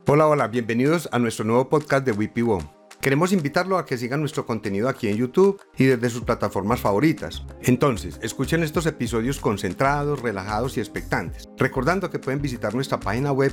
Hola, hola, bienvenidos a nuestro nuevo podcast de WIPY-BO. Queremos invitarlo a que sigan nuestro contenido aquí en YouTube y desde sus plataformas favoritas. Entonces, escuchen estos episodios concentrados, relajados y expectantes, recordando que pueden visitar nuestra página web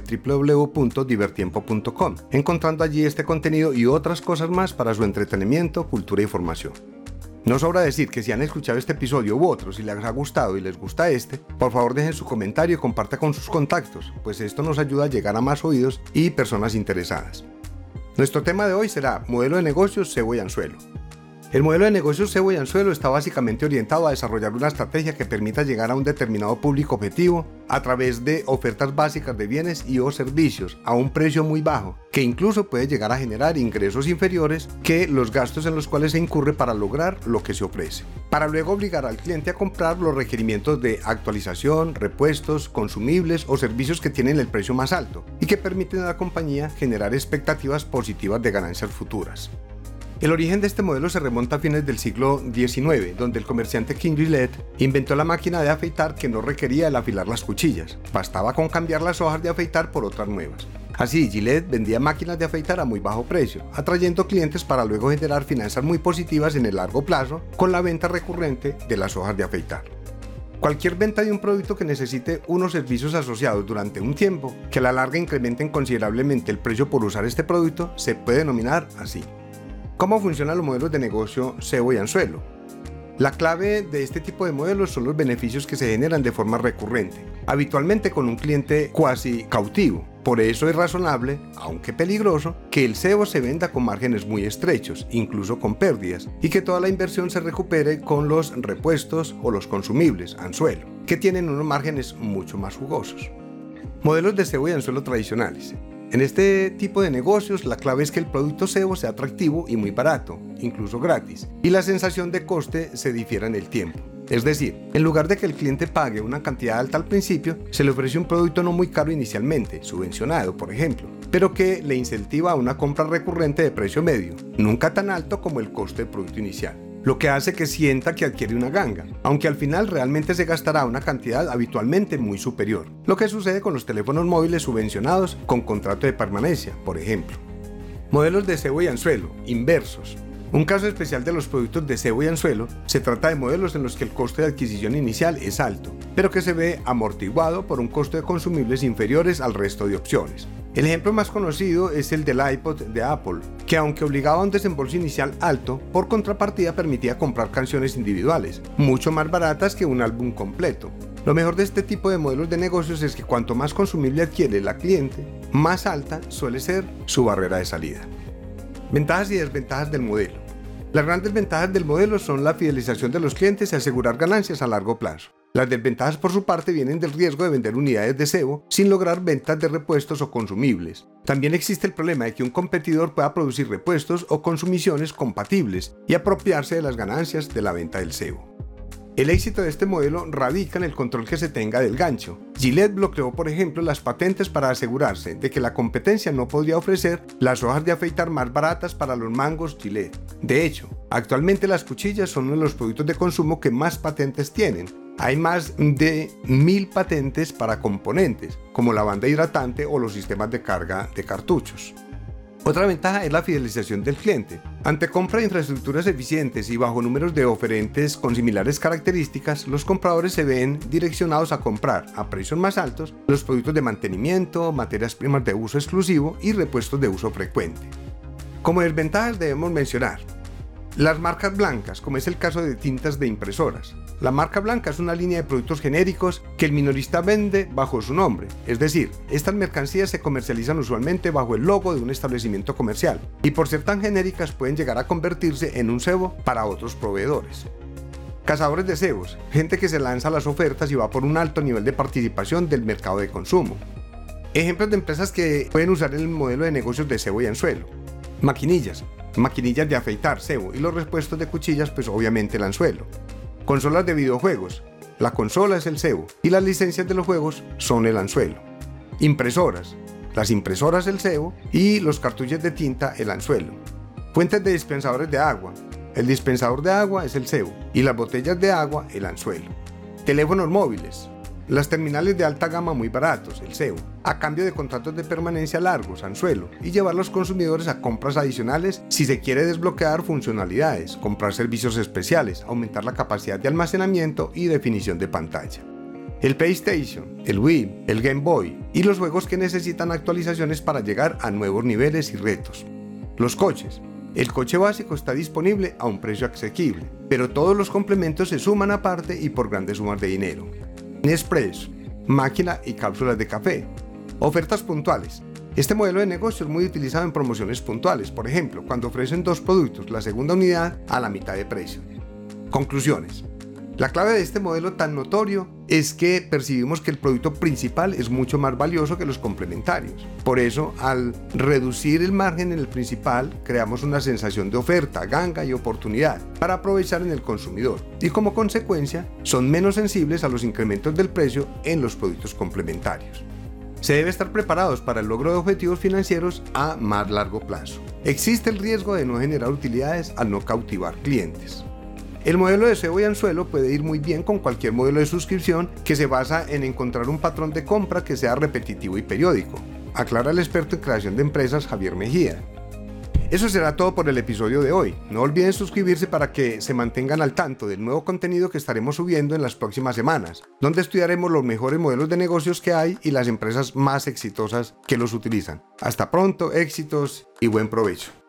www.divertiempo.com, encontrando allí este contenido y otras cosas más para su entretenimiento, cultura y formación. No sobra decir que si han escuchado este episodio u otros y les ha gustado y les gusta por favor dejen su comentario y compartan con sus contactos, pues esto nos ayuda a llegar a más oídos y personas interesadas. Nuestro tema de hoy será modelo de negocios cebo y anzuelo. El modelo de negocios cebo y anzuelo está básicamente orientado a desarrollar una estrategia que permita llegar a un determinado público objetivo a través de ofertas básicas de bienes y o servicios a un precio muy bajo, que incluso puede llegar a generar ingresos inferiores que los gastos en los cuales se incurre para lograr lo que se ofrece, para luego obligar al cliente a comprar los requerimientos de actualización, repuestos, consumibles o servicios que tienen el precio más alto y que permiten a la compañía generar expectativas positivas de ganancias futuras. El origen de este modelo se remonta a fines del siglo XIX, donde el comerciante King Gillette inventó la máquina de afeitar que no requería el afilar las cuchillas, bastaba con cambiar las hojas de afeitar por otras nuevas. Así, Gillette vendía máquinas de afeitar a muy bajo precio, atrayendo clientes para luego generar finanzas muy positivas en el largo plazo con la venta recurrente de las hojas de afeitar. Cualquier venta de un producto que necesite unos servicios asociados durante un tiempo, que a la larga incrementen considerablemente el precio por usar este producto, se puede denominar así. ¿Cómo funcionan los modelos de negocio cebo y anzuelo? La clave de este tipo de modelos son los beneficios que se generan de forma recurrente, habitualmente con un cliente cuasi cautivo. Por eso es razonable, aunque peligroso, que el cebo se venda con márgenes muy estrechos, incluso con pérdidas, y que toda la inversión se recupere con los repuestos o los consumibles, anzuelo, que tienen unos márgenes mucho más jugosos. Modelos de cebo y anzuelo tradicionales. En este tipo de negocios, la clave es que el producto cebo sea atractivo y muy barato, incluso gratis, y la sensación de coste se difiera en el tiempo. Es decir, en lugar de que el cliente pague una cantidad alta al principio, se le ofrece un producto no muy caro inicialmente, subvencionado por ejemplo, pero que le incentiva a una compra recurrente de precio medio, nunca tan alto como el coste del producto inicial, lo que hace que sienta que adquiere una ganga, aunque al final realmente se gastará una cantidad habitualmente muy superior, lo que sucede con los teléfonos móviles subvencionados con contrato de permanencia, por ejemplo. Modelos de cebo y anzuelo, inversos. Un caso especial de los productos de cebo y anzuelo se trata de modelos en los que el coste de adquisición inicial es alto, pero que se ve amortiguado por un costo de consumibles inferiores al resto de opciones. El ejemplo más conocido es el del iPod de Apple, que aunque obligaba a un desembolso inicial alto, por contrapartida permitía comprar canciones individuales, mucho más baratas que un álbum completo. Lo mejor de este tipo de modelos de negocios es que cuanto más consumible adquiere la cliente, más alta suele ser su barrera de salida. Ventajas y desventajas del modelo. Las grandes ventajas del modelo son la fidelización de los clientes y asegurar ganancias a largo plazo. Las desventajas por su parte vienen del riesgo de vender unidades de cebo sin lograr ventas de repuestos o consumibles. También existe el problema de que un competidor pueda producir repuestos o consumiciones compatibles y apropiarse de las ganancias de la venta del cebo. El éxito de este modelo radica en el control que se tenga del gancho. Gillette bloqueó, por ejemplo, las patentes para asegurarse de que la competencia no podría ofrecer las hojas de afeitar más baratas para los mangos Gillette. De hecho, actualmente las cuchillas son uno de los productos de consumo que más patentes tienen. Hay más de 1000 patentes para componentes, como la banda hidratante o los sistemas de carga de cartuchos. Otra ventaja es la fidelización del cliente. Ante compra de infraestructuras eficientes y bajo números de oferentes con similares características, los compradores se ven direccionados a comprar a precios más altos los productos de mantenimiento, materias primas de uso exclusivo y repuestos de uso frecuente. Como desventajas debemos mencionar las marcas blancas, como es el caso de tintas de impresoras. La marca blanca es una línea de productos genéricos que el minorista vende bajo su nombre, es decir, estas mercancías se comercializan usualmente bajo el logo de un establecimiento comercial y por ser tan genéricas pueden llegar a convertirse en un cebo para otros proveedores. Cazadores de cebos, gente que se lanza a las ofertas y va por un alto nivel de participación del mercado de consumo. Ejemplos de empresas que pueden usar el modelo de negocios de cebo y anzuelo. Maquinillas de afeitar, cebo, y los repuestos de cuchillas, pues obviamente el anzuelo. Consolas de videojuegos, la consola es el cebo y las licencias de los juegos son el anzuelo. Impresoras, las impresoras el cebo y los cartuchos de tinta el anzuelo. Fuentes de dispensadores de agua, el dispensador de agua es el cebo y las botellas de agua el anzuelo. Teléfonos móviles, las terminales de alta gama muy baratos, el CEU, a cambio de contratos de permanencia largos, anzuelo, y llevar a los consumidores a compras adicionales si se quiere desbloquear funcionalidades, comprar servicios especiales, aumentar la capacidad de almacenamiento y definición de pantalla. El PlayStation, el Wii, el Game Boy y los juegos que necesitan actualizaciones para llegar a nuevos niveles y retos. Los coches. El coche básico está disponible a un precio asequible, pero todos los complementos se suman aparte y por grandes sumas de dinero. Nespresso, máquina y cápsulas de café. Ofertas puntuales. Este modelo de negocio es muy utilizado en promociones puntuales, por ejemplo, cuando ofrecen 2 productos, la segunda unidad a la mitad de precio. Conclusiones. La clave de este modelo tan notorio es que percibimos que el producto principal es mucho más valioso que los complementarios. Por eso, al reducir el margen en el principal, creamos una sensación de oferta, ganga y oportunidad para aprovechar en el consumidor y como consecuencia son menos sensibles a los incrementos del precio en los productos complementarios. Se debe estar preparados para el logro de objetivos financieros a más largo plazo. Existe el riesgo de no generar utilidades al no cautivar clientes. El modelo de cebo y anzuelo puede ir muy bien con cualquier modelo de suscripción que se basa en encontrar un patrón de compra que sea repetitivo y periódico, aclara el experto en creación de empresas Javier Mejía. Eso será todo por el episodio de hoy. No olviden suscribirse para que se mantengan al tanto del nuevo contenido que estaremos subiendo en las próximas semanas, donde estudiaremos los mejores modelos de negocios que hay y las empresas más exitosas que los utilizan. Hasta pronto, éxitos y buen provecho.